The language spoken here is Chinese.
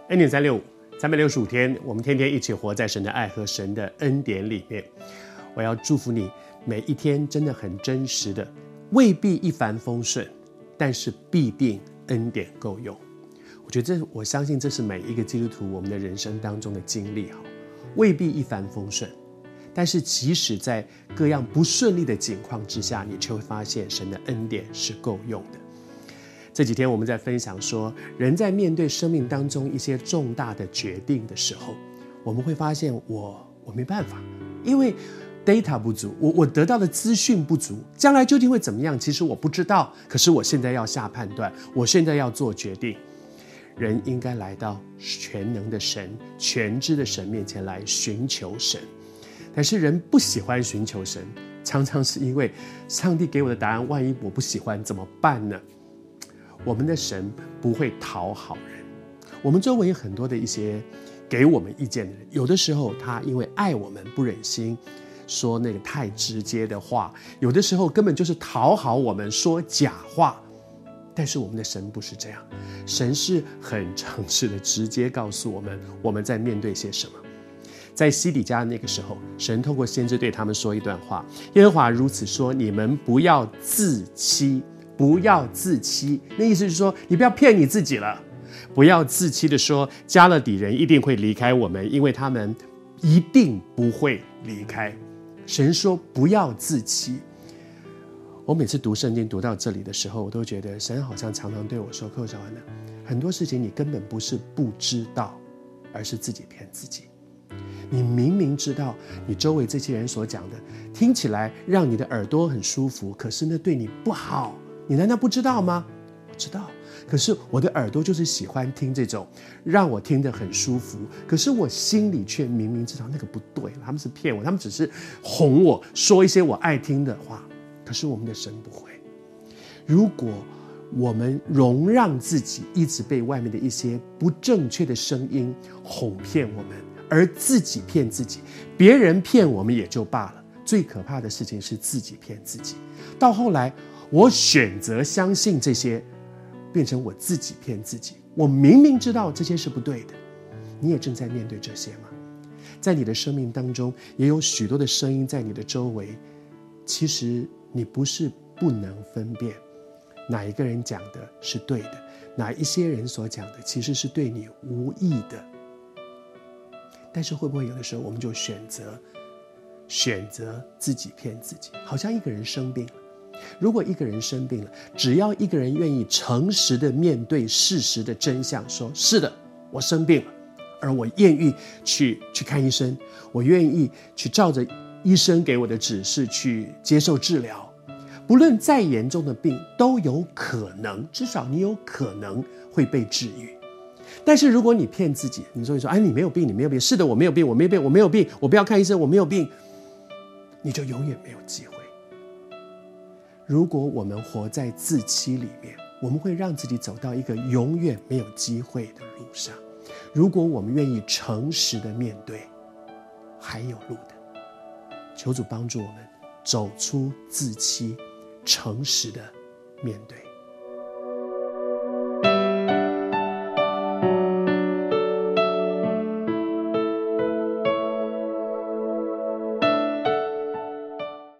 恩典365，365天，我们天天一起活在神的爱和神的恩典里面。我要祝福你每一天真的很真实的，未必一帆风顺，但是必定恩典够用。我相信这是每一个基督徒我们的人生当中的经历，未必一帆风顺，但是即使在各样不顺利的境况之下，你却会发现神的恩典是够用的。这几天我们在分享说，人在面对生命当中一些重大的决定的时候，我们会发现我没办法，因为 data 不足，我得到的资讯不足，将来究竟会怎么样，其实我不知道，可是我现在要下判断，我现在要做决定。人应该来到全能的神、全知的神面前来寻求神，但是人不喜欢寻求神，常常是因为上帝给我的答案，万一我不喜欢怎么办呢？我们的神不会讨好人，我们周围有很多的一些给我们意见的人，有的时候他因为爱我们不忍心说那个太直接的话，有的时候根本就是讨好我们说假话。但是我们的神不是这样，神是很诚实的直接告诉我们我们在面对些什么。在西底家那个时候，神透过先知对他们说一段话，耶和华如此说，你们不要自欺，不要自欺，那意思是说你不要骗你自己了，不要自欺的说加勒底人一定会离开我们，因为他们一定不会离开。神说不要自欺。我每次读圣经读到这里的时候，我都觉得神好像常常对我说，寇小安，很多事情你根本不是不知道，而是自己骗自己。你明明知道你周围这些人所讲的听起来让你的耳朵很舒服，可是那对你不好，你难道不知道吗？我知道，可是我的耳朵就是喜欢听这种让我听得很舒服，可是我心里却明明知道那个不对，他们是骗我，他们只是哄我说一些我爱听的话。可是我们的神不会。如果我们容让自己一直被外面的一些不正确的声音哄骗我们，而自己骗自己，别人骗我们也就罢了，最可怕的事情是自己骗自己。到后来我选择相信这些，变成我自己骗自己。我明明知道这些是不对的。你也正在面对这些吗？在你的生命当中也有许多的声音在你的周围，其实你不是不能分辨哪一个人讲的是对的，哪一些人所讲的其实是对你无益的。但是会不会有的时候我们就选择自己骗自己？好像一个人生病了，如果一个人生病了，只要一个人愿意诚实的面对事实的真相，说是的，我生病了，而我愿意去看医生，我愿意去照着医生给我的指示去接受治疗，不论再严重的病都有可能，至少你有可能会被治愈。但是如果你骗自己，你说你没有病，你没有病，是的，我没有病，我没有病，我不要看医生，我没有病，你就永远没有机会。如果我们活在自欺里面，我们会让自己走到一个永远没有机会的路上。如果我们愿意诚实的面对，还有路的。求主帮助我们走出自欺，诚实的面对。